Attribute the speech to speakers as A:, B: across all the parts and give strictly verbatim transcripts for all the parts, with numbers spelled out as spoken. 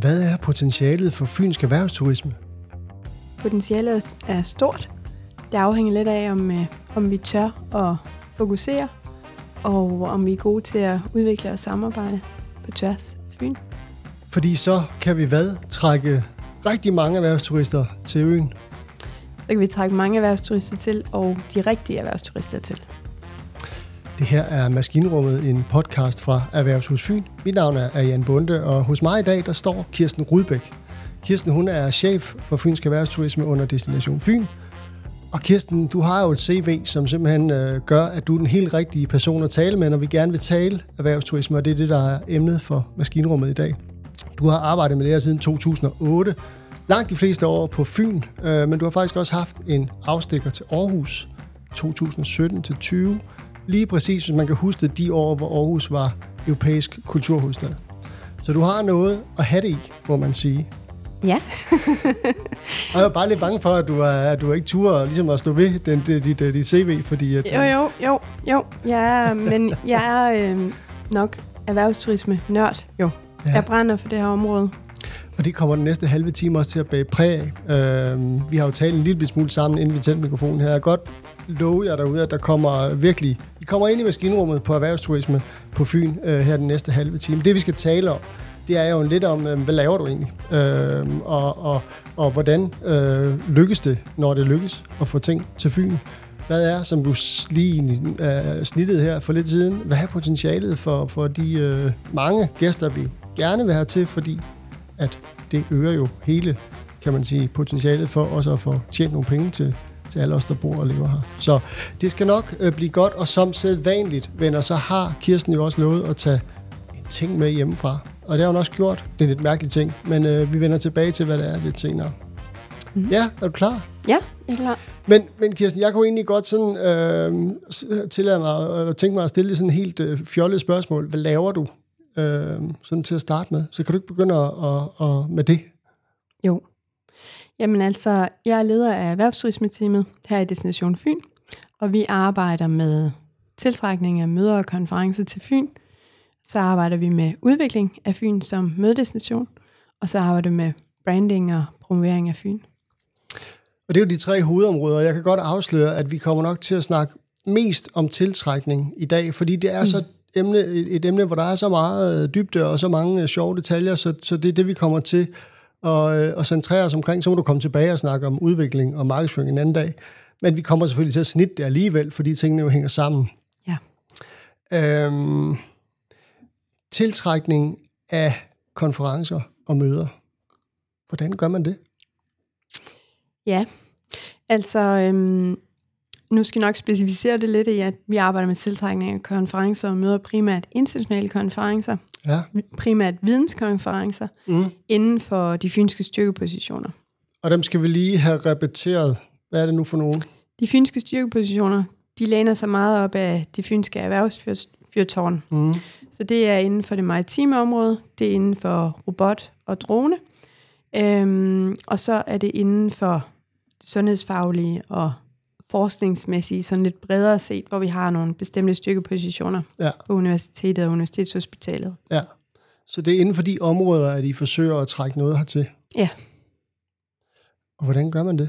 A: hvad er potentialet for fynsk erhvervsturisme?
B: Potentialet er stort. Det afhænger lidt af, om, øh, om vi tør at fokusere, og om vi er gode til at udvikle og samarbejde på tværs af Fyn.
A: Fordi så kan vi hvad? Trække rigtig mange erhvervsturister til øen?
B: Så kan vi trække mange erhvervsturister til, og de rigtige erhvervsturister til.
A: Det her er Maskinrummet, en podcast fra Erhvervshus Fyn. Mit navn er Jan Bonde, og hos mig i dag, der står Kirsten Rudbæk. Kirsten, hun er chef for fynsk erhvervsturisme under Destination Fyn. Og Kirsten, du har jo et C V, som simpelthen øh, gør, at du er den helt rigtige person at tale med, når vi gerne vil tale erhvervsturisme, og det er det, der er emnet for Maskinrummet i dag. Du har arbejdet med det her siden to tusind og otte, langt de fleste år på Fyn, øh, men du har faktisk også haft en afstikker til Aarhus to tusind sytten til tyve. Lige præcis, hvis man kan huske de år, hvor Aarhus var europæisk kulturhovedstad. Så du har noget at have det i, må man sige.
B: Ja.
A: Og jeg er bare lidt bange for, at du, er, at du ikke turde ligesom at stå ved den, dit, dit, dit C V, fordi... At,
B: jo, jo, jo, jo. Jeg er, men jeg er øh, nok erhvervsturisme-nørd, jo. Ja. Jeg brænder for det her område.
A: Og det kommer den næste halve time også til at bage præg af. Øh, vi har jo talt en lille smule sammen, inden vi tændte mikrofonen her. Jeg kan godt love jer derude, at der kommer virkelig... I kommer ind i maskinrummet på erhvervsturisme på Fyn øh, her den næste halve time. Det vi skal tale om, det er jo lidt om, øh, hvad laver du egentlig? Øh, og, og, og hvordan øh, lykkes det, når det lykkes at få ting til Fyn? Hvad er, som du lige øh, snittede her for lidt siden, hvad er potentialet for, for de øh, mange gæster, vi gerne vil have til, fordi at det øger jo hele, kan man sige, potentialet for også at få tjent nogle penge til, til alle os, der bor og lever her. Så det skal nok øh, blive godt, og som sædvanligt, venner, så har Kirsten jo også lovet at tage en ting med hjemmefra. Og det har hun også gjort. Det er en lidt mærkelig ting, men øh, vi vender tilbage til, hvad det er lidt senere. Mm-hmm. Ja, er du klar?
B: Ja, jeg er klar.
A: Men, men Kirsten, jeg kunne egentlig godt sådan, øh, tillade mig at tænke mig at stille sådan et helt øh, fjollet spørgsmål. Hvad laver du øh, sådan til at starte med? Så kan du ikke begynde at, at, at, med det?
B: Jo. Jamen altså, jeg er leder af erhvervsturisme-teamet her i Destination Fyn, og vi arbejder med tiltrækning af møder og konferencer til Fyn. Så arbejder vi med udvikling af Fyn som mødedestination, og så arbejder vi med branding og promovering af Fyn.
A: Og det er jo de tre hovedområder, og jeg kan godt afsløre, at vi kommer nok til at snakke mest om tiltrækning i dag, fordi det er mm. så emne, et emne, hvor der er så meget dybde og så mange sjove detaljer, så, så det er det, vi kommer til at, at centrere os omkring. Så må du komme tilbage og snakke om udvikling og markedsføring en anden dag. Men vi kommer selvfølgelig til at snitte det alligevel, fordi tingene jo hænger sammen.
B: Ja.
A: Øhm, tiltrækning af konferencer og møder. Hvordan gør man det?
B: Ja, altså øhm, nu skal jeg nok specificere det lidt i, at vi arbejder med tiltrækning af konferencer og møder primært internationale konferencer,
A: ja.
B: primært videnskonferencer, mm. inden for de fynske styrkepositioner.
A: Og dem skal vi lige have repeteret. Hvad er det nu for nogen?
B: De fynske styrkepositioner, de læner sig meget op af de fynske erhvervsfyrtårn. Mm. Så det er inden for det maritime område, det er inden for robot og drone, øhm, og så er det inden for det sundhedsfaglige og forskningsmæssige, sådan lidt bredere set, hvor vi har nogle bestemte styrkepositioner ja. på universitetet og universitetshospitalet.
A: Ja, så det er inden for de områder, at I forsøger at trække noget hertil?
B: Ja.
A: Og hvordan gør man det?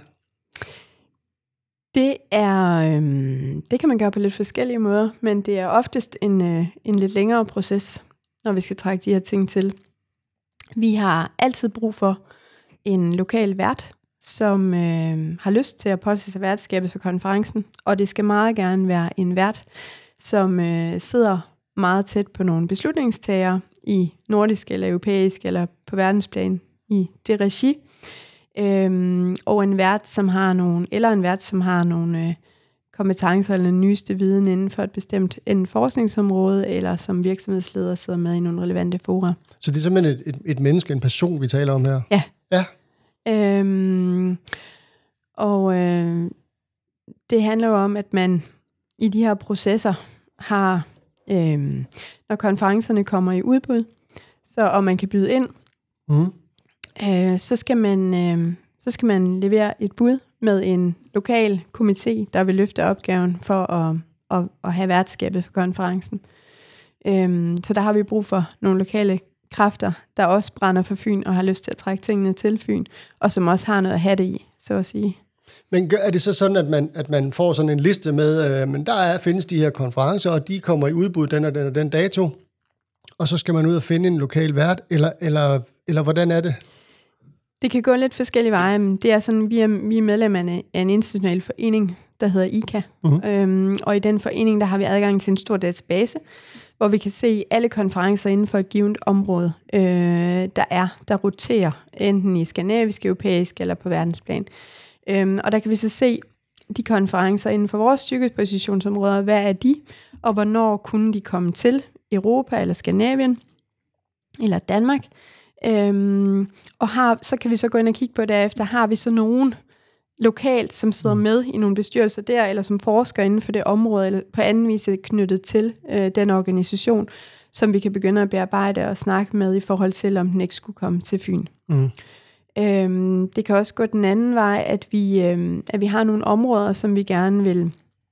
B: Det er, øhm, det kan man gøre på lidt forskellige måder, men det er oftest en, øh, en lidt længere proces, når vi skal trække de her ting til. Vi har altid brug for en lokal vært, som øh, har lyst til at påtage sig værtskabet for konferencen, og det skal meget gerne være en vært, som øh, sidder meget tæt på nogle beslutningstagere i nordisk eller europæisk eller på verdensplan i det regi. Øhm, og en vært, som har nogle, eller en vært, som har nogle øh, kompetencer eller den nyeste viden inden for et bestemt en forskningsområde, eller som virksomhedsleder sidder med i nogle relevante fora.
A: Så det er simpelthen et, et, et menneske, en person, vi taler om her?
B: Ja.
A: Ja.
B: Øhm, og øh, det handler jo om, at man i de her processer har, øh, når konferencerne kommer i udbud, så og man kan byde ind, mm. øh, så skal man øh, så skal man levere et bud med en lokal komité, der vil løfte opgaven for at, at, at have værtskabet for konferencen. Øhm, så der har vi brug for nogle lokale kræfter, der også brænder for Fyn og har lyst til at trække tingene til Fyn, og som også har noget at have det i, så at sige.
A: Men er det så sådan, at man, at man får sådan en liste med, øh, men der er, findes de her konferencer, og de kommer i udbud den og den og den dato, og så skal man ud og finde en lokal vært, eller, eller, eller hvordan er det?
B: Det kan gå lidt forskellige veje, men det er sådan, vi er, vi er medlem af en international forening, der hedder I C A, mm-hmm. øhm, og i den forening, der har vi adgang til en stor database, hvor vi kan se alle konferencer inden for et givet område, øh, der er, der roterer, enten i skandinavisk, europæisk eller på verdensplan. Øhm, og der kan vi så se de konferencer inden for vores styrkepositionsområder, hvad er de, og hvornår kunne de komme til Europa eller Skandinavien eller Danmark. Øhm, og har, så kan vi så gå ind og kigge på derefter, har vi så nogen lokalt, som sidder med i nogle bestyrelser der, eller som forsker inden for det område, eller på anden vis knyttet til øh, den organisation, som vi kan begynde at bearbejde og snakke med i forhold til, om den ikke skulle komme til Fyn. Mm. Øhm, det kan også gå den anden vej, at vi, øhm, at vi har nogle områder, som vi gerne vil,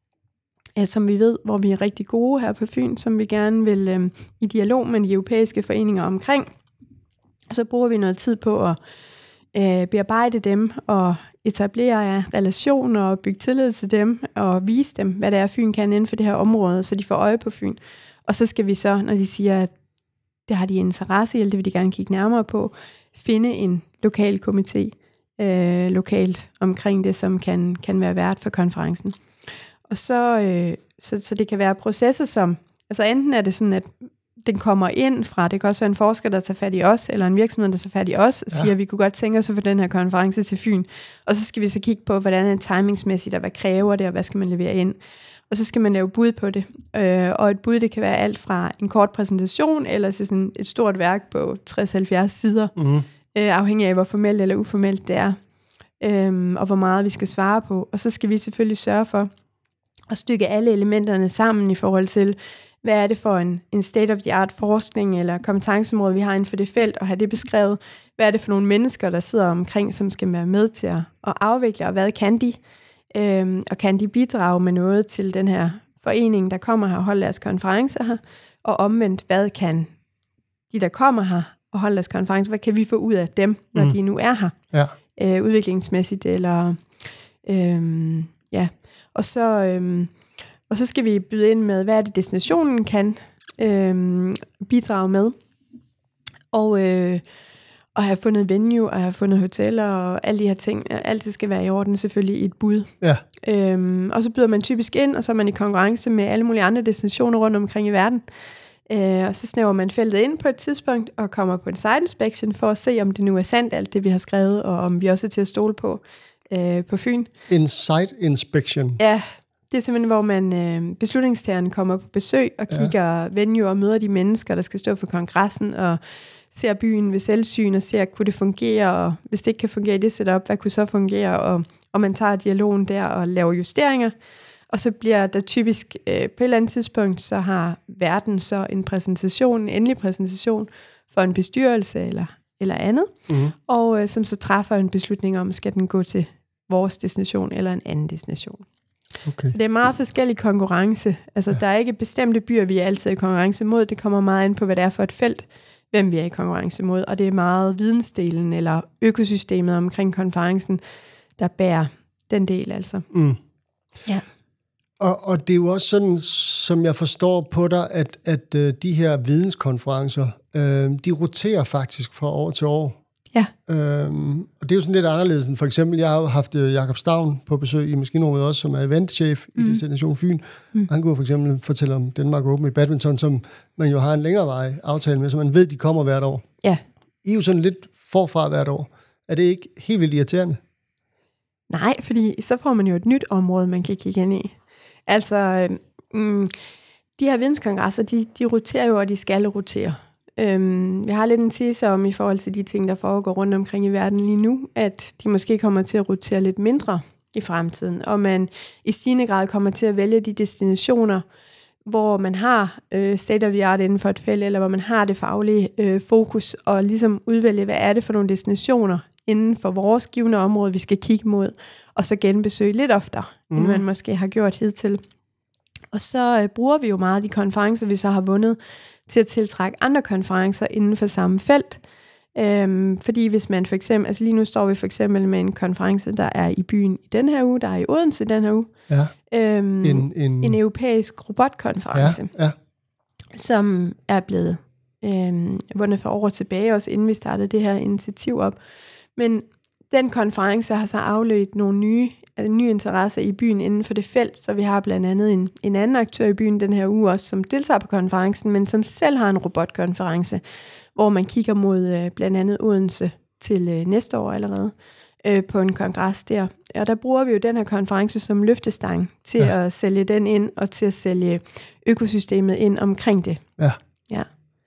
B: ja, som vi ved, hvor vi er rigtig gode her på Fyn, som vi gerne vil øhm, i dialog med de europæiske foreninger omkring. Så bruger vi noget tid på at øh, bearbejde dem og etablere relationer og bygge tillid til dem og vise dem, hvad det er, Fyn kan inden for det her område, så de får øje på Fyn. Og så skal vi så, når de siger, at det har de interesse i, eller det vil de gerne kigge nærmere på, finde en lokal komité øh, lokalt omkring det, som kan, kan være vært for konferencen. Og så, øh, så, så det kan være processer, som, altså enten er det sådan, at den kommer ind fra, det kan også være en forsker, der tager fat i os, eller en virksomhed, der tager fat i os, og siger, ja. at vi kunne godt tænke os at få den her konference til Fyn. Og så skal vi så kigge på, hvordan er det timingsmæssigt, og hvad kræver det, og hvad skal man levere ind. Og så skal man lave bud på det. Øh, og et bud, det kan være alt fra en kort præsentation, eller til sådan et stort værk på tres til halvfjerds sider, mm. øh, afhængig af, hvor formelt eller uformelt det er, øh, og hvor meget vi skal svare på. Og så skal vi selvfølgelig sørge for at stykke alle elementerne sammen i forhold til, hvad er det for en, en state-of-the-art forskning eller kompetenceområde, vi har inden for det felt, og have det beskrevet. Hvad er det for nogle mennesker, der sidder omkring, som skal være med til at, at afvikle, og hvad kan de? Øhm, og kan de bidrage med noget til den her forening, der kommer her og holder deres konferencer her? Og omvendt, hvad kan de, der kommer her og holder deres konferencer, hvad kan vi få ud af dem, når mm. de nu er her? Ja. Øh, udviklingsmæssigt, eller øhm, ja. Og så... Øhm, Og så skal vi byde ind med, hvad er det, destinationen kan øh, bidrage med. Og, øh, og have fundet venue, og have fundet hoteller, og alle de her ting. Alt det skal være i orden, selvfølgelig i et bud. Ja. Øh, og så byder man typisk ind, og så er man i konkurrence med alle mulige andre destinationer rundt omkring i verden. Øh, og så snæver man feltet ind på et tidspunkt, og kommer på en site inspection, for at se, om det nu er sandt, alt det vi har skrevet, og om vi også er til at stole på øh, på Fyn.
A: En site inspection?
B: Ja. Det er simpelthen, hvor man øh, beslutningstagerne kommer på besøg og kigger ja. venue og møder de mennesker, der skal stå for kongressen, og ser byen ved selvsyn og ser, kunne det fungere, og hvis det ikke kan fungere i det setup, hvad kunne så fungere, og, og man tager dialogen der og laver justeringer. Og så bliver der typisk øh, på et eller andet tidspunkt, så har verden så en præsentation, en endelig præsentation for en bestyrelse eller, eller andet, mm. og øh, som så træffer en beslutning om, skal den gå til vores destination eller en anden destination. Okay. Så det er meget forskellig konkurrence. Altså, ja. Der er ikke bestemte byer, vi er altid i konkurrence mod. Det kommer meget ind på, hvad det er for et felt, hvem vi er i konkurrence mod. Og det er meget vidensdelen eller økosystemet omkring konferencen, der bærer den del, altså. Mm. Ja.
A: Og, og det er jo også sådan, som jeg forstår på dig, at, at uh, de her videnskonferencer, uh, de roterer faktisk fra år til år.
B: Ja.
A: Øhm, og det er jo sådan lidt anderledes end for eksempel, jeg har haft Jakob Stavn på besøg i Maskinrummet også, som er eventchef mm. i Destination Fyn. Mm. Han kunne for eksempel fortælle om Danmark Open i badminton, som man jo har en længere vej aftale med, så man ved, de kommer hvert år.
B: Ja.
A: I er jo sådan lidt forfra hvert år. Er det ikke helt vildt irriterende?
B: Nej, fordi så får man jo et nyt område, man kan kigge ind i. Altså, mm, de her videnskongresser, de, de roterer jo, og de skal rotere. Øhm, jeg har lidt en tese om i forhold til de ting, der foregår rundt omkring i verden lige nu, at de måske kommer til at rotere lidt mindre i fremtiden, og man i stigende grad kommer til at vælge de destinationer, hvor man har øh, state of the art inden for et felt, eller hvor man har det faglige øh, fokus, og ligesom udvælge, hvad er det for nogle destinationer inden for vores givne område, vi skal kigge mod, og så genbesøge lidt oftere, mm. end man måske har gjort hidtil. Og så øh, bruger vi jo meget de konferencer, vi så har vundet, til at tiltrække andre konferencer inden for samme felt. Øhm, fordi hvis man for eksempel, altså lige nu står vi for eksempel med en konference, der er i byen i den her uge, der er i Odense den her uge.
A: Ja.
B: Øhm,
A: en, en...
B: en europæisk robotkonference,
A: ja, ja.
B: som er blevet øhm, vundet for år tilbage, også inden vi startede det her initiativ op. Men den konference har så afledt nogle nye, altså nye interesser i byen inden for det felt, så vi har blandt andet en, en anden aktør i byen den her uge også, som deltager på konferencen, men som selv har en robotkonference, hvor man kigger mod øh, blandt andet Odense til øh, næste år allerede øh, på en kongres der. Og der bruger vi jo den her konference som løftestang til ja. at sælge den ind, og til at sælge økosystemet ind omkring det.
A: Ja.
B: Ja.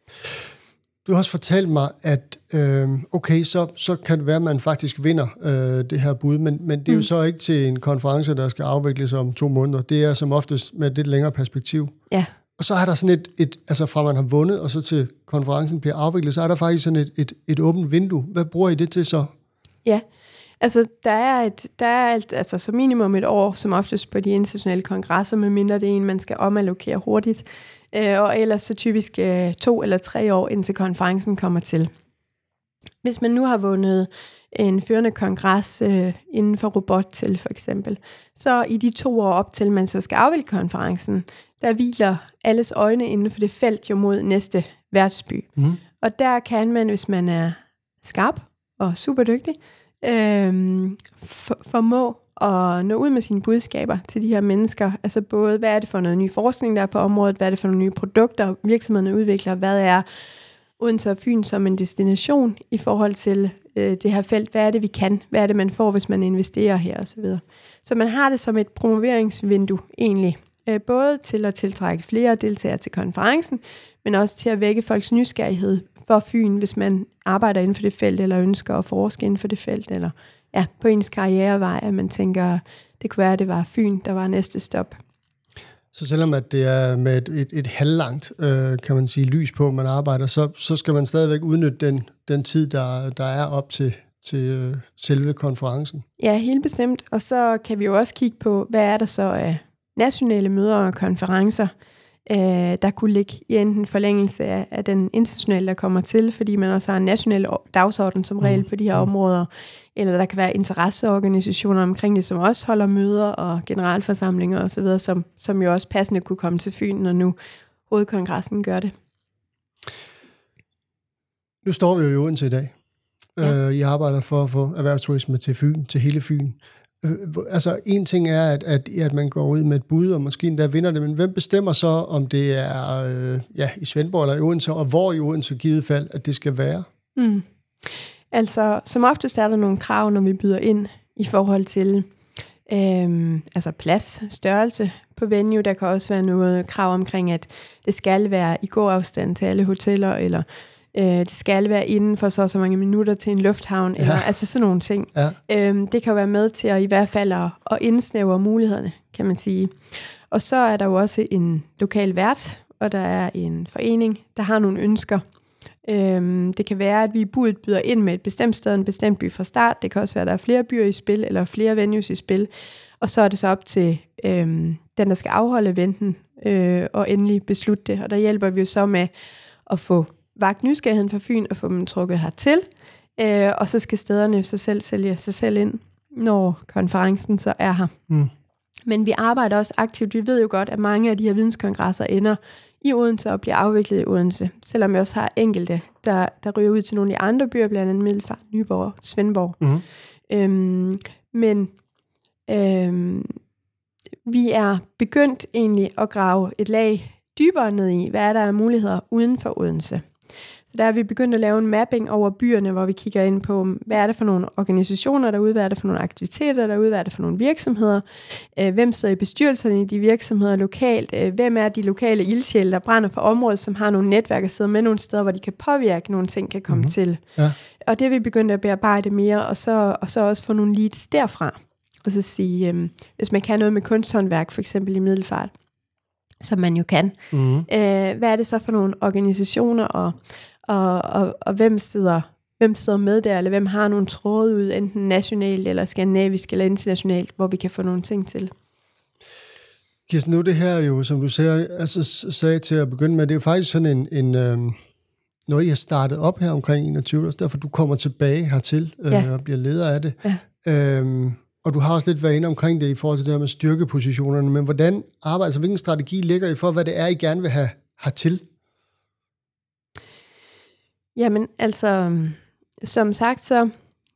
A: Du har også fortalt mig, at øh, okay, så, så kan det være, at man faktisk vinder øh, det her bud, men, men det er mm. jo så ikke til en konference, der skal afvikles om to måneder. Det er som oftest med et lidt længere perspektiv.
B: Ja.
A: Og så er der sådan et, et, altså fra man har vundet, og så til konferencen bliver afviklet, så er der faktisk sådan et, et, et åbent vindue. Hvad bruger I det til så?
B: Ja, altså der er, et, der er et, altså som minimum et år, som oftest på de internationale kongresser, medmindre det er en, man skal omallokere hurtigt. Øh, og ellers så typisk øh, to eller tre år, indtil konferencen kommer til. Hvis man nu har vundet en førende kongres øh, inden for robot til for eksempel, så i de to år op til, man så skal afvikle konferencen, der hviler alles øjne inden for det felt jo mod næste værtsby. Mm. Og der kan man, hvis man er skarp og super dygtig, øh, for, formå at nå ud med sine budskaber til de her mennesker. Altså både, hvad er det for noget ny forskning, der er på området, hvad er det for nogle nye produkter, virksomhederne udvikler, hvad er Odense og Fyn som en destination i forhold til øh, det her felt, hvad er det, vi kan, hvad er det, man får, hvis man investerer her osv. Så man har det som et promoveringsvindue egentlig, øh, både til at tiltrække flere deltagere til konferencen, men også til at vække folks nysgerrighed for Fyn, hvis man arbejder inden for det felt, eller ønsker at forske inden for det felt, eller ja, på ens karrierevej, at man tænker, det kunne være, at det var Fyn, der var næste stop.
A: Så selvom at det er med et, et, et halvlangt, øh, kan man sige, lys på, man arbejder, så, så skal man stadigvæk udnytte den, den tid, der, der er op til, til øh, selve konferencen. Ja, helt bestemt. Og så kan vi jo også kigge på, hvad er der så af nationale møder og konferencer, øh, der kunne ligge i enten forlængelse af, af den internationale, der kommer til, fordi man også har en national dagsorden som regel mm. på de her mm. områder, eller der kan være interesseorganisationer omkring det, som også holder møder og generalforsamlinger osv., som, som jo også passende kunne komme til Fyn, når nu hovedkongressen gør det. Nu står vi jo i Odense i dag. Ja. Øh, I arbejder for at få erhvervsturisme til Fyn, til hele Fyn. Øh, altså en ting er, at, at, at man går ud med et bud, og måske endda vinder det, men hvem bestemmer så, om det er øh, ja, i Svendborg eller i Odense, og hvor i Odense givet fald, at det skal være? Mm. Altså, som oftest er der nogle krav, når vi byder ind i forhold til øhm, altså plads, størrelse på venue. Der kan også være noget krav omkring, at det skal være i god afstand til alle hoteller, eller øh, det skal være inden for så så mange minutter til en lufthavn, ja. Eller altså sådan nogle ting. Ja. Øhm, det kan være med til at i hvert fald at, at indsnævre mulighederne, kan man sige. Og så er der jo også en lokal vært, og der er en forening, der har nogle ønsker. Øhm, det kan være, at vi i budet byder ind med et bestemt sted, en bestemt by fra start. Det kan også være, at der er flere byer i spil, eller flere venues i spil. Og så er det så op til øhm, den, der skal afholde eventen, øh, og endelig beslutte det. Og der hjælper vi jo så med at få vagt nysgerrigheden for Fyn, og få dem trukket hertil. Øh, og så skal stederne så selv sælge sig selv ind, når konferencen så er her. Mm. Men vi arbejder også aktivt. Vi ved jo godt, at mange af de her videnskongresser ender i Odense og bliver afviklet i Odense, selvom vi også har enkelte, der, der ryger ud til nogle af de andre byer, blandt andet Middelfart, Nyborg, Svendborg. Mm-hmm. Øhm, men øhm, vi er begyndt egentlig at grave et lag dybere ned i, hvad er der af muligheder uden for Odense. Så der er vi begyndt at lave en mapping over byerne, hvor vi kigger ind på, hvad er det for nogle organisationer derude, hvad er det for nogle aktiviteter derude, hvad er det for nogle virksomheder, hvem sidder i bestyrelserne i de virksomheder lokalt, hvem er de lokale ildsjæle, der brænder for området, som har nogle netværk og sidder med nogle steder, hvor de kan påvirke, nogle ting kan komme mm-hmm. til. Ja. Og det er vi begyndt at bearbejde mere, og så, og så også få nogle leads derfra. Og så sige, øhm, hvis man kan noget med kunsthåndværk, for eksempel i Middelfart, som man jo kan, mm-hmm. øh, hvad er det så for nogle organisationer, og Og, og, og hvem sidder, hvem sidder med der, eller hvem har nogle tråde ud, enten nationalt, eller skandinavisk, eller internationalt, hvor vi kan få nogle ting til. Kirsten, nu det her jo, som du sagde, altså, sagde til at begynde med, det er jo faktisk sådan en, en øhm, noget, I har startet op her omkring enogtyve, så derfor du kommer tilbage hertil øh, ja. og bliver leder af det. Ja. Øhm, og du har også lidt været inde omkring det i forhold til det her med styrkepositionerne, men hvordan arbejder, altså hvilken strategi ligger I for, hvad det er, I gerne vil have hertil?
B: Jamen, altså, som sagt, så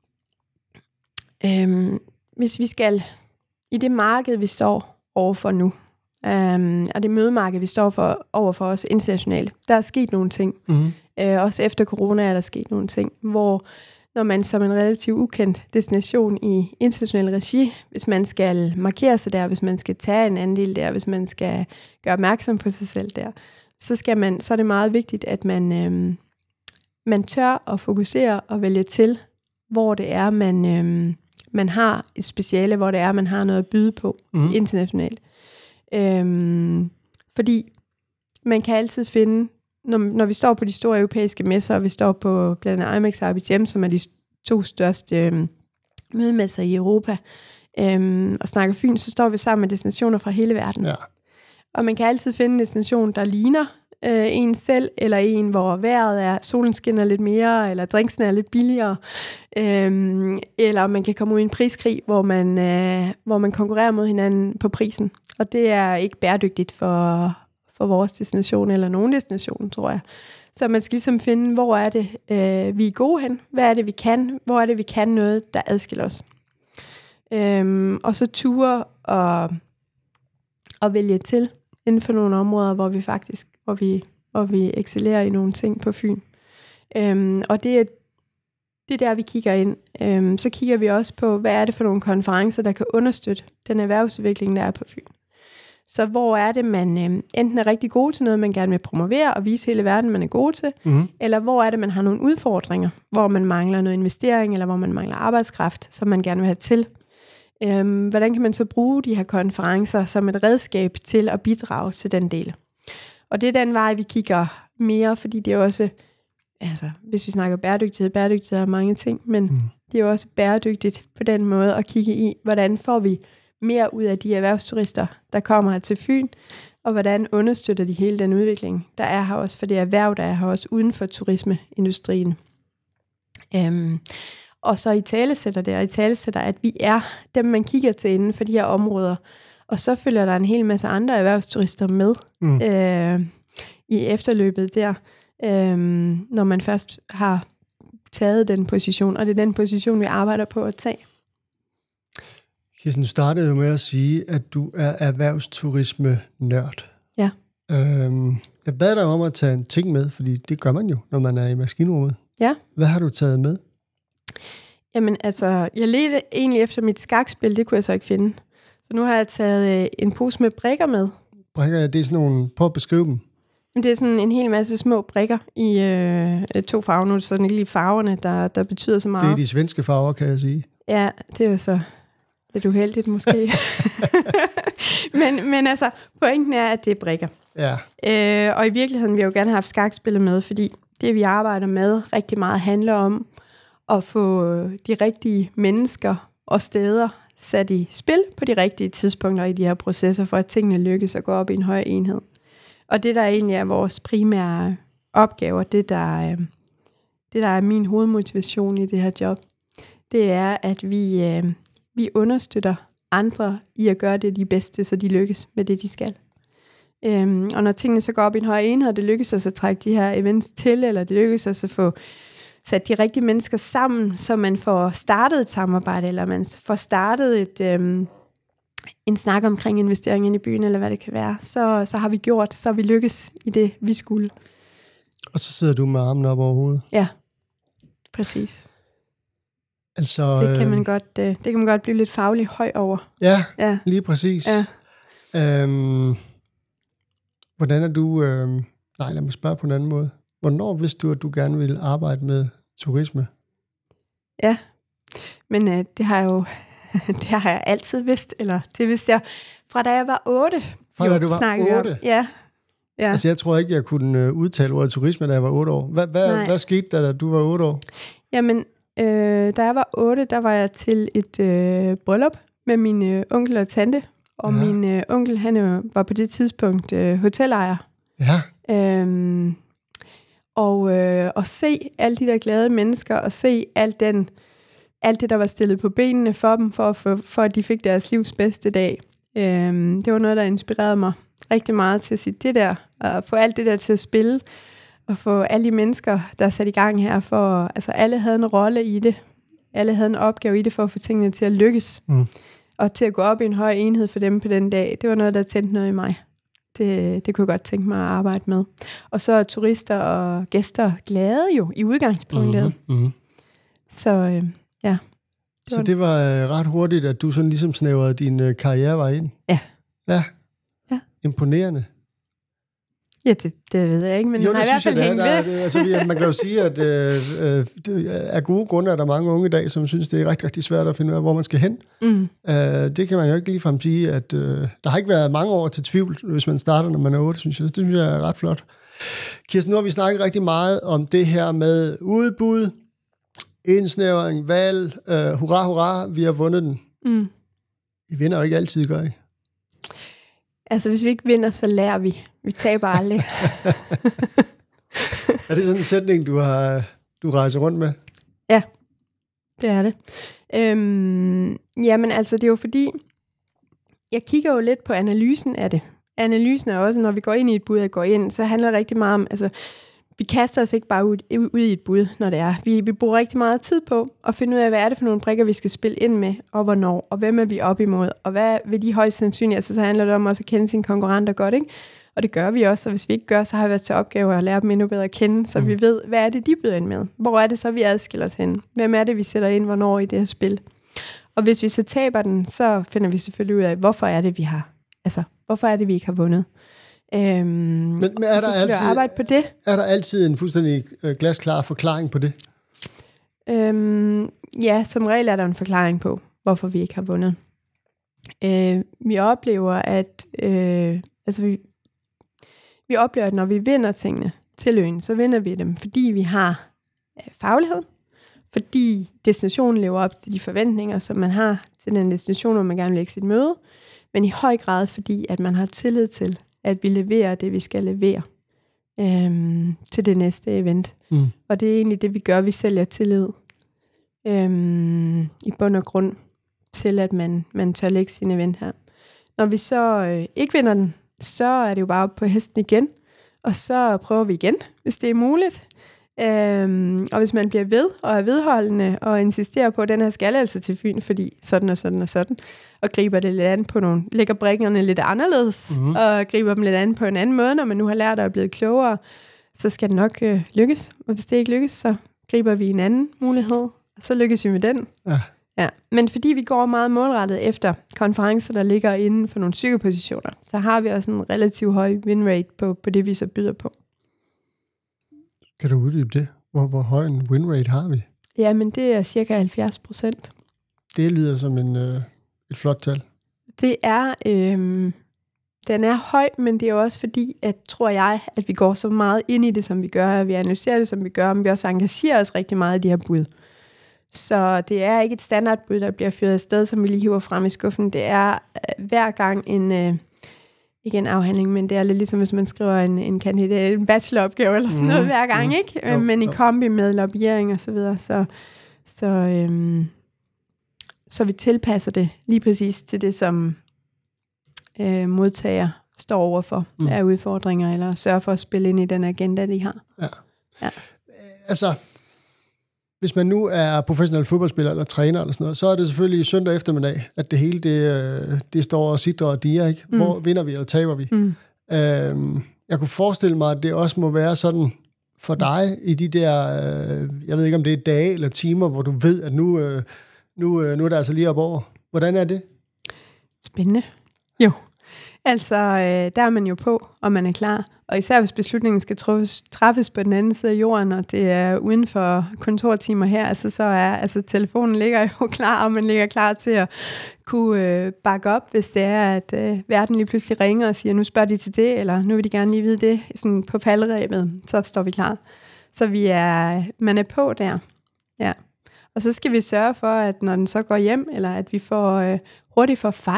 B: øhm, hvis vi skal i det marked, vi står overfor nu, øhm, og det mødemarked, vi står for overfor os internationalt, der er sket nogle ting. Mm-hmm. Øh, også efter corona er der sket nogle ting, hvor når man som en relativt ukendt destination i international regi, hvis man skal markere sig der, hvis man skal tage en andel der, hvis man skal gøre opmærksom på sig selv der, så, skal man, så er det meget vigtigt, at man, øhm, man tør at fokusere og vælge til, hvor det er, man, øhm, man har et speciale, hvor det er, man har noget at byde på mm. internationalt. Øhm, fordi man kan altid finde, når, når vi står på de store europæiske messer, og vi står på blandt andet IMEX og I B M, som er de to største øhm, mødemesser i Europa, øhm, og snakker Fyn, så står vi sammen med destinationer fra hele verden. Ja. Og man kan altid finde en destination, der ligner øh, en selv, eller en, hvor vejret er, solen skinner lidt mere, eller drinksene er lidt billigere, øhm, eller man kan komme ud i en priskrig, hvor man, øh, hvor man konkurrerer mod hinanden på prisen. Og det er ikke bæredygtigt for, for vores destination, eller nogen destination, tror jeg. Så man skal ligesom finde, hvor er det, øh, vi er gode hen, hvad er det, vi kan, hvor er det, vi kan noget, der adskiller os. Øhm, og så ture og, og vælge til inden for nogle områder, hvor vi faktisk, hvor vi, hvor vi excellerer i nogle ting på Fyn. Øhm, og det er, det er der, vi kigger ind. Øhm, så kigger vi også på, hvad er det for nogle konferencer, der kan understøtte den erhvervsudvikling, der er på Fyn. Så hvor er det, man øhm, enten er rigtig god til noget, man gerne vil promovere og vise hele verden, man er god til, mm-hmm. eller hvor er det, man har nogle udfordringer, hvor man mangler noget investering, eller hvor man mangler arbejdskraft, som man gerne vil have til. Øhm, hvordan kan man så bruge de her konferencer som et redskab til at bidrage til den del? Og det er den vej, vi kigger mere, fordi det er også, altså hvis vi snakker bæredygtighed, bæredygtighed er mange ting, men mm. det er jo også bæredygtigt på den måde at kigge i, hvordan får vi mere ud af de erhvervsturister, der kommer her til Fyn, og hvordan understøtter de hele den udvikling, der er her også for det erhverv, der er her også uden for turismeindustrien. Øhm, Og så i talesætter det, og i talesætter, at vi er dem, man kigger til inden for de her områder. Og så følger der en hel masse andre erhvervsturister med mm. øh, i efterløbet der, øh, når man først har taget den position. Og det er den position, vi arbejder på at tage.
A: Kirsten, du startede jo med at sige, at du er erhvervsturisme-nørd. Ja. Øhm, jeg bad dig om at tage en ting med, fordi det gør man jo, når man er i maskinrummet. Ja. Hvad har du taget med?
B: Jamen altså, jeg ledte egentlig efter mit skakspil, det kunne jeg så ikke finde. Så nu har jeg taget øh, en pose med brikker med.
A: Brikker, det er sådan nogle, prøv at beskrive dem.
B: Det er sådan en hel masse små brikker i øh, to farver. Nu er det sådan ikke lige farverne, der, der betyder så meget.
A: Det er de svenske farver, kan jeg sige.
B: Ja, det er jo så lidt uheldigt måske. men, men altså, pointen er, at det er brikker. Ja. Øh, og i virkeligheden vil jeg jo gerne have haft skakspillet med, fordi det, vi arbejder med, rigtig meget handler om at få de rigtige mennesker og steder sat i spil på de rigtige tidspunkter i de her processer, for at tingene lykkes og gå op i en høj enhed. Og det, der egentlig er vores primære opgave, det der, det, der er min hovedmotivation i det her job, det er, at vi, vi understøtter andre i at gøre det de bedste, så de lykkes med det, de skal. Og når tingene så går op i en høj enhed, det lykkes os at trække de her events til, eller det lykkes os at få sat de rigtige mennesker sammen, så man får startet et samarbejde, eller man får startet et, øhm, en snak omkring investering ind i byen, eller hvad det kan være, så, så har vi gjort, så har vi lykkes i det, vi skulle.
A: Og så sidder du med armen op over hovedet.
B: Ja, præcis.
A: Altså,
B: det, kan man godt, øh, det kan man godt blive lidt fagligt høj over.
A: Ja, ja. Lige præcis. Ja. Øhm, hvordan er du... Øhm, nej, lad mig spørge på en anden måde. Hvornår vidste du, at du gerne ville arbejde med turisme?
B: Ja, men øh, det har jeg jo det har jeg altid vidst, eller det vidste jeg fra da jeg var otte.
A: Fra jo, da du var otte?
B: Ja. ja.
A: Altså jeg tror ikke, jeg kunne udtale ordet turisme, da jeg var otte år. Hvad, hvad, hvad skete der, da du var otte år?
B: Jamen, øh, da jeg var otte, der var jeg til et øh, bryllup med min øh, onkel og tante, Og
A: ja.
B: min øh, onkel, han øh, var på det tidspunkt øh, hotelejer.
A: Ja.
B: Øhm, og øh, at se alle de der glade mennesker, og se alt, den, alt det, der var stillet på benene for dem, for, for, for at de fik deres livs bedste dag. Øhm, det var noget, der inspirerede mig rigtig meget til at sige det der, og få alt det der til at spille, og få alle de mennesker, der er sat i gang her, for altså alle havde en rolle i det. Alle havde en opgave i det, for at få tingene til at lykkes. Mm. Og til at gå op i en høj enhed for dem på den dag. Det var noget, der tændte noget i mig. Det, det kunne jeg godt tænke mig at arbejde med. Og så er turister og gæster glade jo i udgangspunktet. Mm-hmm. Mm-hmm. Så øh, ja.
A: Det så det var øh, ret hurtigt, at du sådan ligesom snævrede din øh, karrierevej ind?
B: Ja.
A: Ja.
B: Ja.
A: Imponerende.
B: Ja, det, det ved jeg ikke, men
A: jo,
B: den har i hvert fald hængt ved.
A: Det, altså, man kan jo sige, at øh, øh, af gode grunde er der mange unge i dag, som synes, det er rigtig, rigtig svært at finde ud af, hvor man skal hen. Mm. Øh, det kan man jo ikke ligefrem sige, at øh, der har ikke været mange år til tvivl, hvis man starter, når man er otte, synes jeg. Det synes jeg er ret flot. Kirsten, nu har vi snakket rigtig meget om det her med udbud, indsnævring, valg, øh, hurra, hurra, vi har vundet den. Mm. I vinder jo ikke altid, gør I?
B: Altså, hvis vi ikke vinder, så lærer vi. Vi taber aldrig.
A: Er det sådan en sætning, du har du rejser rundt med?
B: Ja, det er det. Øhm, jamen, altså, det er jo fordi, jeg kigger jo lidt på analysen af det. Analysen er også, når vi går ind i et bud og går ind, så handler det rigtig meget om, altså, vi kaster os ikke bare ud, ud i et bud, når det er. Vi, vi bruger rigtig meget tid på at finde ud af, hvad er det for nogle brikker, vi skal spille ind med, og hvornår, og hvem er vi op imod, og hvad vil de højst sandsynligt, altså så handler det om også at kende sine konkurrenter godt, ikke? Og det gør vi også, og hvis vi ikke gør, så har vi været til opgave at lære dem endnu bedre at kende, så mm. vi ved, hvad er det, de byder ind med? Hvor er det så, vi adskiller os hen? Hvem er det, vi sætter ind, hvornår i det her spil? Og hvis vi så taber den, så finder vi selvfølgelig ud af, hvorfor er det, vi har, altså, hvorfor er det, vi ikke har vundet? Øhm, men, men er, der så altid, arbejde på det.
A: Er der altid en fuldstændig øh, glasklar forklaring på det?
B: Øhm, ja, som regel er der en forklaring på, hvorfor vi ikke har vundet. Øh, vi oplever, at øh, altså vi, vi oplever, at når vi vinder tingene til øen, så vinder vi dem, fordi vi har øh, faglighed, fordi destinationen lever op til de forventninger, som man har til den destination, hvor man gerne vil lægge sit møde, men i høj grad fordi, at man har tillid til, at vi leverer det, vi skal levere øhm, til det næste event. Mm. Og det er egentlig det, vi gør. Vi sælger tillid øhm, i bund og grund til, at man, man tør lægge sin event her. Når vi så øh, ikke vinder den, så er det jo bare op på hesten igen, og så prøver vi igen, hvis det er muligt. Øhm, og hvis man bliver ved og er vedholdende og insisterer på, at den her skal altså til Fyn, fordi sådan og sådan og sådan, og griber det lidt an på nogle, lægger brikkerne lidt anderledes, mm-hmm. og griber dem lidt an på en anden måde, når man nu har lært og er blevet klogere, så skal det nok øh, lykkes. Og hvis det ikke lykkes, så griber vi en anden mulighed, og så lykkes vi med den. Ja. Ja. Men fordi vi går meget målrettet efter konferencer, der ligger inden for nogle styrkepositioner, så har vi også en relativt høj win rate på, på det, vi så byder på.
A: Kan du uddybe det? Hvor, hvor høj en win rate har vi?
B: Jamen, det er cirka halvfjerds procent.
A: Det lyder som en, øh, et flot tal.
B: Det er, øh, den er høj, men det er også fordi, at tror jeg, at vi går så meget ind i det, som vi gør, at vi analyserer det, som vi gør, men vi også engagerer os rigtig meget i de her bud. Så det er ikke et standardbud, der bliver fyret afsted, som vi lige hiver frem i skuffen. Det er øh, hver gang en... Øh, ikke en afhandling, men det er lidt ligesom, hvis man skriver en, en kandidat, en bacheloropgave eller sådan noget mm. hver gang, ikke? Mm. Men i kombi med lobbyering og så videre, så, så, øhm, så vi tilpasser det lige præcis til det, som øh, modtager står overfor mm. af udfordringer, eller sørger for at spille ind i den agenda, de har. Ja.
A: Ja. Altså, hvis man nu er professionel fodboldspiller eller træner eller sådan noget, så er det selvfølgelig søndag eftermiddag, at det hele det, det står og sidder og diger, ikke? Hvor mm. vinder vi eller taber vi? Mm. Øhm, jeg kunne forestille mig, at det også må være sådan for dig i de der, øh, jeg ved ikke om det er dage eller timer, hvor du ved, at nu, øh, nu, øh, nu er det altså lige op over. Hvordan er det?
B: Spændende. Jo. Altså, øh, der er man jo på, og man er klar. Og især hvis beslutningen skal træffes, træffes på den anden side af jorden, og det er uden for kontortimer her, altså, så er altså, telefonen ligger jo klar, og man ligger klar til at kunne øh, bakke op, hvis det er, at øh, verden lige pludselig ringer og siger, nu spørger de til det, eller nu vil de gerne lige vide det, sådan på falderebet, så står vi klar. Så vi er, man er på der. Ja. Og så skal vi sørge for, at når den så går hjem, eller at vi får øh, hurtigt får fejret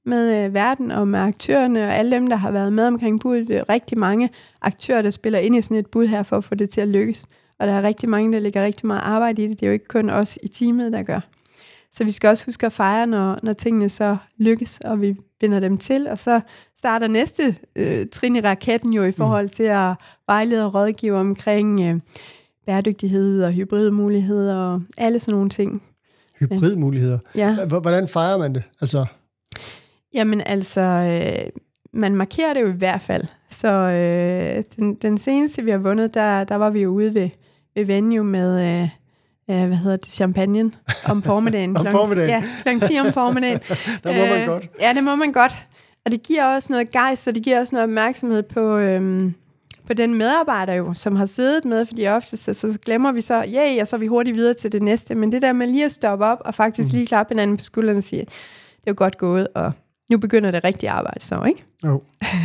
B: med øh, verden og med aktørerne og alle dem, der har været med omkring budet. Det er rigtig mange aktører, der spiller ind i sådan et bud her for at få det til at lykkes. Og der er rigtig mange, der lægger rigtig meget arbejde i det. Det er jo ikke kun os i teamet, der gør. Så vi skal også huske at fejre, når, når tingene så lykkes, og vi binder dem til. Og så starter næste øh, trin i raketten jo i forhold til at vejlede og rådgive omkring øh, bæredygtighed og hybridmuligheder og alle sådan nogle ting.
A: Hybridmuligheder?
B: Ja.
A: Hvordan fejrer man det? Altså...
B: Jamen altså, øh, man markerer det jo i hvert fald. Så øh, den, den seneste, vi har vundet, der, der var vi jo ude ved, ved venue med... Øh, Ja, hvad hedder det? Champagne om formiddagen.
A: om formiddagen?
B: Ja, klokken ti om formiddagen.
A: Der må man godt.
B: Ja, det må man godt. Og det giver også noget gejst, og det giver også noget opmærksomhed på, øhm, på den medarbejder jo, som har siddet med, fordi ofte så, så glemmer vi så, ja, yeah, og så er vi hurtigt videre til det næste. Men det der med lige at stoppe op, og faktisk lige klappe hinanden på skulderen og sige, det er jo godt gået, og nu begynder det rigtige arbejde så, ikke?
A: Jo.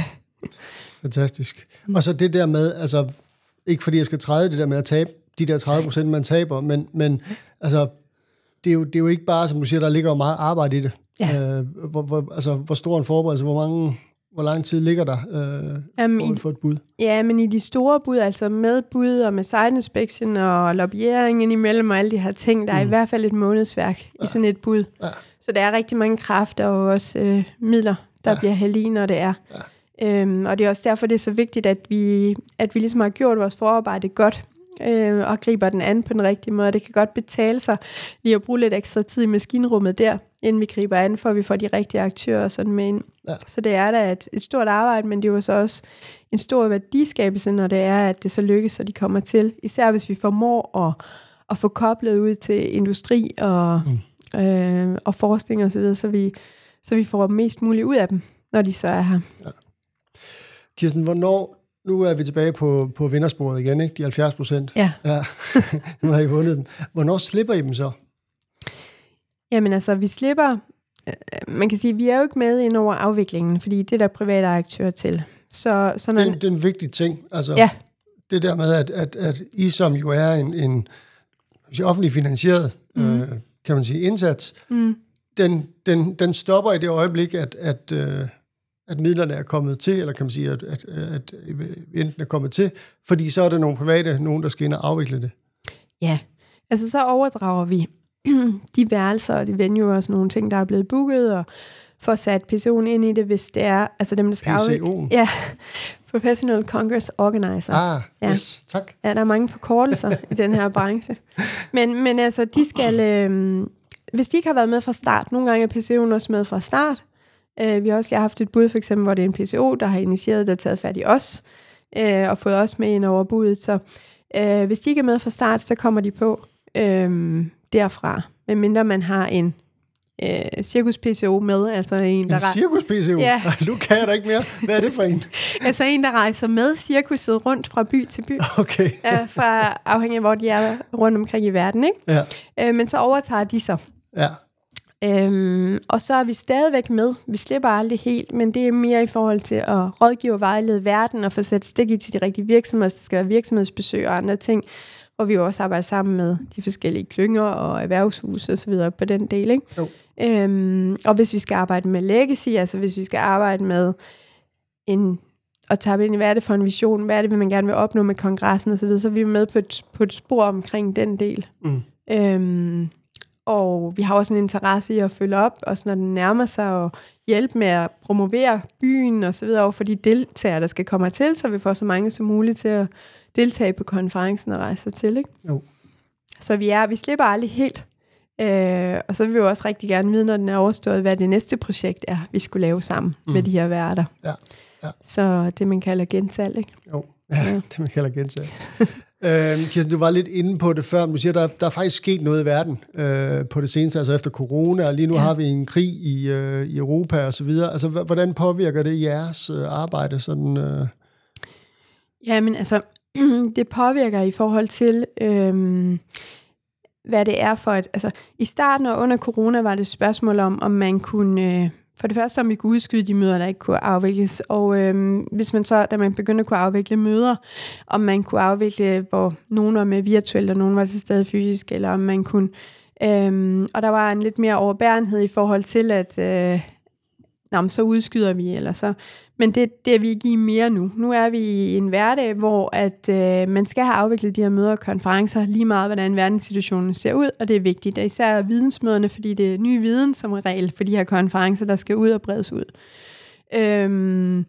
A: Fantastisk. Og så det der med, altså, ikke fordi jeg skal træde det der med at tabe, de der tredive procent, man taber, men, men altså, det er, jo, det er jo ikke bare, som du siger, der ligger jo meget arbejde i det.
B: Ja.
A: Øh, hvor, hvor, altså, hvor stor en forberedelse, hvor, mange, hvor lang tid ligger der øh,
B: Jamen,
A: for et bud?
B: Ja, men i de store bud, altså med bud og med site inspection og lobbyeringen imellem og alle de her ting, der er mm. i hvert fald et månedsværk ja. i sådan et bud. Ja. Så der er rigtig mange kræfter og også øh, midler, der ja. bliver hældt i, når det er. Ja. Øhm, og det er også derfor, det er så vigtigt, at vi, at vi ligesom har gjort vores forarbejde godt, Øh, og griber den an på den rigtige måde. Det kan godt betale sig lige at bruge lidt ekstra tid i maskinrummet der, inden vi griber an, for at vi får de rigtige aktører og sådan med ind. Ja. Så det er da et, et stort arbejde, men det er jo så også en stor værdiskabelse, når det er, at det så lykkes, og de kommer til. Især hvis vi formår at, at få koblet ud til industri og, mm. øh, og forskning og så videre, så vi, så vi får mest muligt ud af dem, når de så er her. Ja.
A: Kirsten, hvornår nu er vi tilbage på, på vindersporet igen, ikke? De halvfjerds procent.
B: Ja.
A: ja. Nu har I vundet dem. Hvornår slipper I dem så?
B: Jamen altså, vi slipper... Man kan sige, at vi er jo ikke med ind over afviklingen, fordi det er der private aktører til. Så, så når...
A: det, det er en vigtig ting. Altså,
B: ja.
A: Det der med, at, at, at I som jo er en, en offentlig finansieret, mm. øh, kan man sige, indsats, mm. den, den, den stopper i det øjeblik, at... at øh, at midlerne er kommet til, eller kan man sige, at, at, at enten er kommet til, fordi så er der nogle private, nogen, der skal ind og afvikle det.
B: Ja, altså så overdrager vi de værelser, og de venue og sådan nogle ting, der er blevet booket, og får sat P C O'en ind i det, hvis det er, altså dem, der skal afvikle. Ja, Professional Congress Organizer.
A: Ah,
B: ja.
A: Yes, tak.
B: Ja, der er mange forkortelser i den her branche. Men, men altså, de skal, øh, hvis de ikke har været med fra start, nogle gange er P C O'en også med fra start. Uh, vi har også lige haft et bud, for eksempel, hvor det er en P C O, der har initieret, der har taget fat i os, uh, og fået os med ind over budet. Så uh, hvis de ikke er med fra start, så kommer de på uh, derfra, medmindre man har en uh, cirkus-P C O med. Altså en,
A: en
B: der
A: cirkus-P C O?
B: Ja.
A: Nu kan jeg da ikke mere. Hvad er det for en?
B: Altså en, der rejser med cirkuset rundt fra by til by.
A: Okay.
B: uh, fra afhængig af, hvor de er rundt omkring i verden, ikke? Ja. Uh, men så overtager de så. Ja. Øhm, og så er vi stadigvæk med. Vi slipper aldrig helt, men det er mere i forhold til at rådgive og vejlede verden og få sat stik i til de rigtige virksomheder. Der skal være virksomhedsbesøg og andre ting, hvor vi også arbejder sammen med de forskellige klynger og erhvervshus og så videre på den del, ikke? Jo. Øhm, og hvis vi skal arbejde med legacy, altså hvis vi skal arbejde med en og tabe ind i, hvad er det for en vision, hvad er det, man gerne vil opnå med kongressen og så videre, så er vi med på et, på et spor omkring den del. Mm. Øhm, Og vi har også en interesse i at følge op, også når den nærmer sig, og hjælpe med at promovere byen og så videre over for de deltagere, der skal komme til, så vi får så mange som muligt til at deltage på konferencen og rejse til, ikke? Jo. Så vi er, vi slipper aldrig helt. Øh, og så vil vi jo også rigtig gerne vide, når den er overstået, hvad det næste projekt er, vi skulle lave sammen mm. med de her værter. Ja. Ja. Så det, man kalder gensalg, ikke?
A: Jo, ja, ja. Det man kalder gensalg. Øhm, Kirsten, du var lidt inde på det før, men du siger, der, der er faktisk sket noget i verden øh, på det seneste, altså efter corona, og lige nu ja. har vi en krig i, øh, i Europa og så videre. Altså, hvordan påvirker det jeres øh, arbejde? Sådan, øh?
B: Jamen, altså, det påvirker i forhold til, øh, hvad det er for et... Altså, i starten og under corona var det et spørgsmål om, om man kunne... Øh, For det første, om vi kunne udskyde de møder, der ikke kunne afvikles. Og øhm, hvis man så, da man begyndte at kunne afvikle møder, om man kunne afvikle, hvor nogen var med virtuelt, og nogen var til stede fysisk, eller om man kunne... Øhm, og der var en lidt mere overbærenhed i forhold til, at, øh, nå, så udskyder vi, eller så. Men det, det er vi ikke i mere nu. Nu er vi i en hverdag, hvor at, øh, man skal have afviklet de her møder og konferencer, lige meget hvordan verdenssituationen ser ud, og det er vigtigt. Og især vidensmøderne, fordi det er ny viden som regel for de her konferencer, der skal ud og bredes ud. Øhm,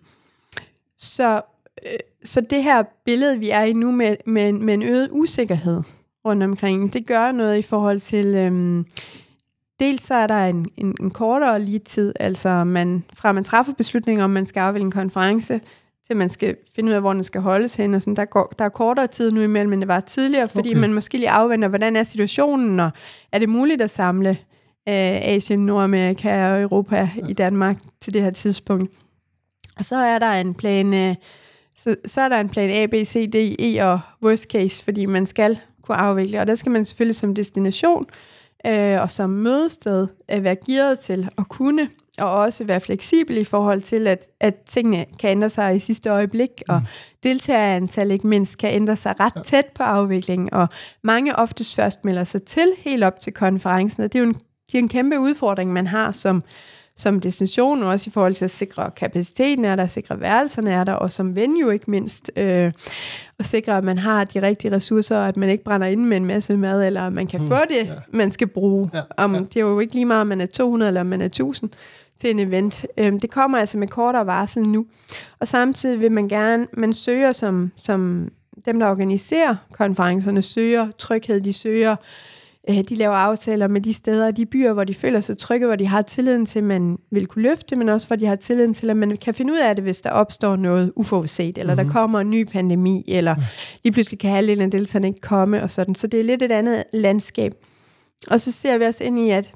B: så, øh, så det her billede, vi er i nu med, med, med en øget usikkerhed rundt omkring, det gør noget i forhold til... Øh, Dels så er der en, en, en kortere lead-tid, altså man, fra man træffer beslutninger om, man skal afvikle en konference, til man skal finde ud af, hvor den skal holdes hen, og sådan, der, går, der er kortere tid nu imellem, end det var tidligere, fordi okay. man måske lige afventer, hvordan er situationen, og er det muligt at samle øh, Asien, Nordamerika og Europa ja. i Danmark til det her tidspunkt. Og så er der en plan, øh, så, så er der en plan A, B, C, D, E og worst case, fordi man skal kunne afvikle, og der skal man selvfølgelig som destination Øh, og som mødested at være gearet til at kunne, og også være fleksibel i forhold til, at, at tingene kan ændre sig i sidste øjeblik, mm. og deltagerantal ikke mindst kan ændre sig ret tæt på afviklingen, og mange oftest først melder sig til helt op til konferencen, og det er jo en, det er en kæmpe udfordring, man har som, som destination, også i forhold til at sikre kapaciteten er der, sikre værelserne er der, og som venue ikke mindst, øh, og sikre, at man har de rigtige ressourcer, og at man ikke brænder inde med en masse mad, eller man kan mm, få det, ja. man skal bruge. Ja, om, ja. Det er jo ikke lige meget, om man er to hundrede eller om man er tusind til en event. Øhm, det kommer altså med kortere varsel nu. Og samtidig vil man gerne, man søger som, som dem, der organiserer konferencerne, søger tryghed, de søger de laver aftaler med de steder og de byer, hvor de føler sig trygge, hvor de har tilliden til, at man vil kunne løfte, men også hvor de har tilliden til, at man kan finde ud af det, hvis der opstår noget uforudset, eller mm-hmm. der kommer en ny pandemi, eller lige pludselig kan halvdelen af deltagerne ikke komme, og sådan. Så det er lidt et andet landskab. Og så ser vi også ind i, at,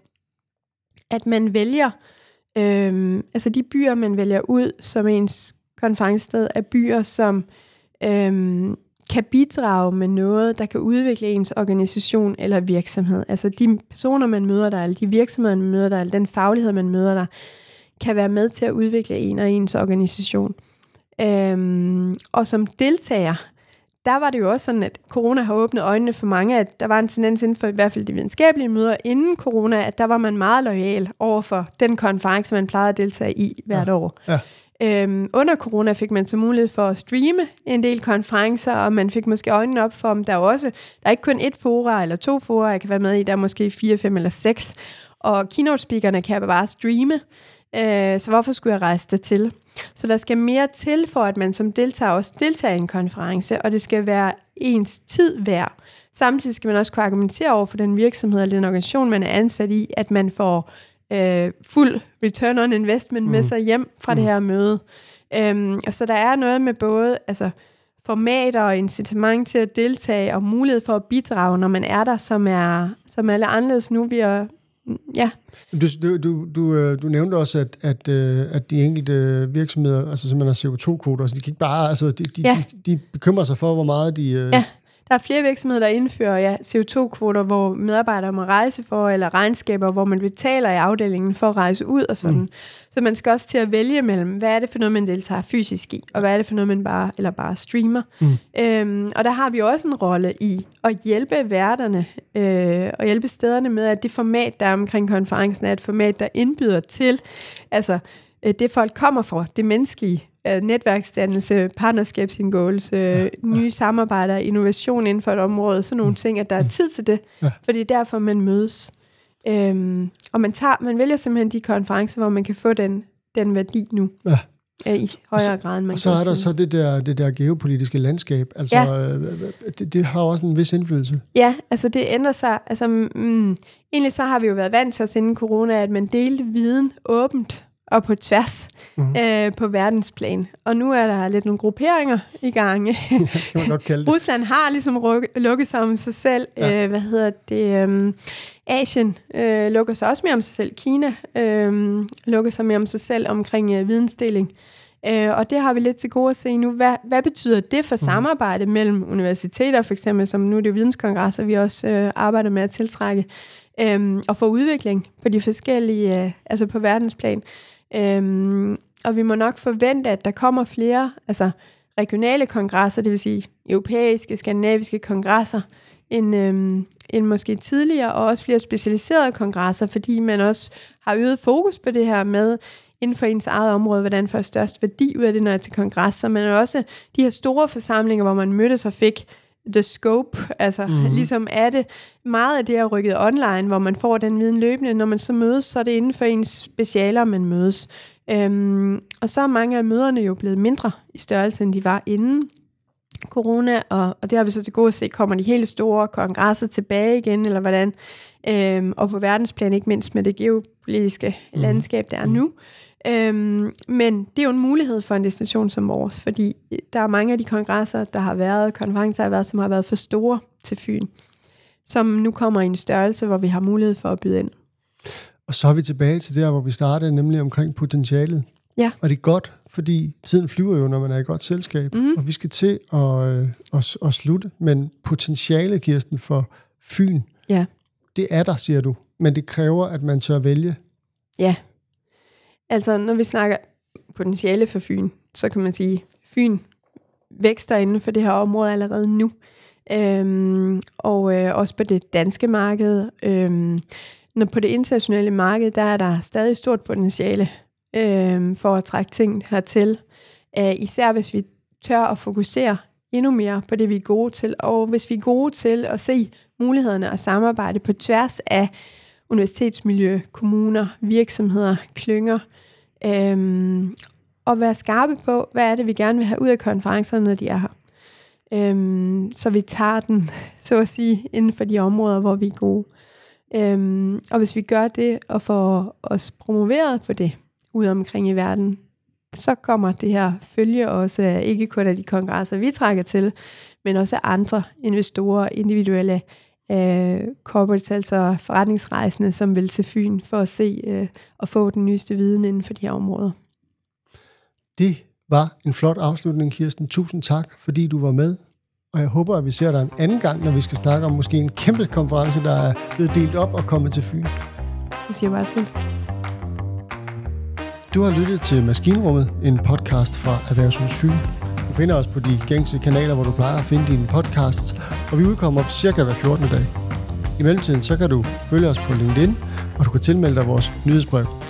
B: at man vælger, øhm, altså de byer, man vælger ud som ens konferencested, er byer, som øhm, kan bidrage med noget, der kan udvikle ens organisation eller virksomhed. Altså de personer, man møder der, eller de virksomheder, man møder der, eller den faglighed, man møder der, kan være med til at udvikle en og ens organisation. Øhm, og som deltager, der var det jo også sådan, at corona har åbnet øjnene for mange, at der var en tendens inden for i hvert fald de videnskabelige møder inden corona, at der var man meget loyal over for den konference, man plejede at deltage i hvert
A: ja.
B: år.
A: Ja.
B: Øhm, under corona fik man så mulighed for at streame en del konferencer, og man fik måske øjnene op for, om der er også, der er ikke kun et fora eller to fora, jeg kan være med i, der er måske fire, fem eller seks, og keynote-speakerne kan bare streame, øh, så hvorfor skulle jeg rejse det til? Så der skal mere til, for at man som deltager også deltager i en konference, og det skal være ens tid værd. Samtidig skal man også kunne argumentere over for den virksomhed eller den organisation, man er ansat i, at man får Øh, fuld return on investment mm. med sig hjem fra mm. det her møde. Øhm, altså der er noget med både altså, formater og incitament til at deltage og mulighed for at bidrage, når man er der, som er, som er lidt anderledes nu. Vi er, ja.
A: Du, du, du, du, du nævnte også, at, at, at de enkelte virksomheder, altså simpelthen har C O to kvoter, så de kan ikke bare, altså de, de, ja. de, de bekymrer sig for, hvor meget de...
B: Ja. Der er flere virksomheder, der indfører ja, C O to kvoter, hvor medarbejdere må rejse for, eller regnskaber, hvor man betaler i afdelingen for at rejse ud og sådan. Mm. Så man skal også til at vælge mellem, hvad er det for noget, man deltager fysisk i, og hvad er det for noget, man bare, eller bare streamer. Mm. Øhm, og der har vi også en rolle i at hjælpe værterne, øh, og hjælpe stederne med, at det format, der er omkring konferencen, er et format, der indbyder til, altså det folk kommer for, det menneskelige, netværksdannelse, partnerskabsindgåelse, ja, nye ja. samarbejder, innovation inden for et område, sådan nogle mm. ting, at der er tid til det, ja. for det er derfor, man mødes. Øhm, og man, tager, man vælger simpelthen de konferencer, hvor man kan få den, den værdi nu, ja. øh, i højere grad, end man
A: og så
B: kan.
A: er der så det der, det der geopolitiske landskab, altså ja. øh, det, det har også en vis indflydelse.
B: Ja, altså det ændrer sig, altså mm, egentlig så har vi jo været vant til os inden corona, at man delte viden åbent, og på tværs mm-hmm. øh, på verdensplan. Og nu er der lidt nogle grupperinger i gang.
A: Kan man godt kalde det.
B: Rusland har ligesom ruk- lukket sig om sig selv. Ja. Øh, hvad hedder det? Øh, Asien øh, lukker sig også mere om sig selv. Kina øh, lukker sig mere om sig selv omkring øh, vidensdeling. Øh, og det har vi lidt til gode at se nu. Hvad, hvad betyder det for mm. samarbejde mellem universiteter, for eksempel, som nu er det videnskongresser, vi også øh, arbejder med at tiltrække, øh, og for udvikling på de forskellige, øh, altså på verdensplan. Øhm, og vi må nok forvente, at der kommer flere altså regionale kongresser, det vil sige europæiske, skandinaviske kongresser, end, øhm, end måske tidligere, og også flere specialiserede kongresser, fordi man også har øget fokus på det her med inden for ens eget område, hvordan får størst værdi ud af det, når jeg er til kongresser, men også de her store forsamlinger, hvor man mødtes og fik the scope, altså mm-hmm. ligesom er det meget af det er rykket online, hvor man får den viden løbende. Når man så mødes, så er det inden for ens specialer, man mødes. Øhm, og så er mange af møderne jo blevet mindre i størrelse, end de var inden corona, og, og det har vi så til gode at se, kommer de helt store kongresser tilbage igen, eller hvordan, øhm, og på verdensplan ikke mindst med det geopolitiske mm-hmm. landskab, der er nu. Øhm, men det er jo en mulighed for en destination som vores, fordi der er mange af de kongresser, der har været, konferencer har været, som har været for store til Fyn, som nu kommer i en størrelse, hvor vi har mulighed for at byde ind.
A: Og så er vi tilbage til der, hvor vi startede, nemlig omkring potentialet.
B: Ja.
A: Og det er godt, fordi tiden flyver jo, når man er i godt selskab, mm. og vi skal til at, øh, at, at slutte. Men potentialet, Kirsten, for Fyn,
B: ja.
A: det er der, siger du. Men det kræver, at man tør vælge.
B: Ja. Altså, når vi snakker potentiale for Fyn, så kan man sige, Fyn vækster inden for det her område allerede nu. Øhm, og øh, også på det danske marked. Øhm, når på det internationale marked, der er der stadig stort potentiale øhm, for at trække ting hertil. Øh, især hvis vi tør at fokusere endnu mere på det, vi er gode til. Og hvis vi er gode til at se mulighederne og samarbejde på tværs af universitetsmiljø, kommuner, virksomheder, klynger, øhm, og være skarpe på, hvad er det, vi gerne vil have ud af konferencerne, når de er her. Øhm, så vi tager den, så at sige, inden for de områder, hvor vi er gode. Øhm, og hvis vi gør det, og får os promoveret på det, ude omkring i verden, så kommer det her følge også, ikke kun af de kongresser, vi trækker til, men også andre investorer, individuelle øh, corporates, altså forretningsrejsende, som vil til Fyn for at se øh, og få den nyeste viden inden for de her områder.
A: Det var en flot afslutning, Kirsten. Tusind tak, fordi du var med. Og jeg håber, at vi ser dig en anden gang, når vi skal snakke om måske en kæmpe konference, der er blevet delt op og kommet til Fyn.
B: Det siger bare til.
A: Du har lyttet til Maskinrummet, en podcast fra Erhvervshus Fyn. Du finder os på de gængse kanaler, hvor du plejer at finde dine podcasts, og vi udkommer cirka hver fjortende dag. I mellemtiden så kan du følge os på LinkedIn, og du kan tilmelde dig vores nyhedsbrev.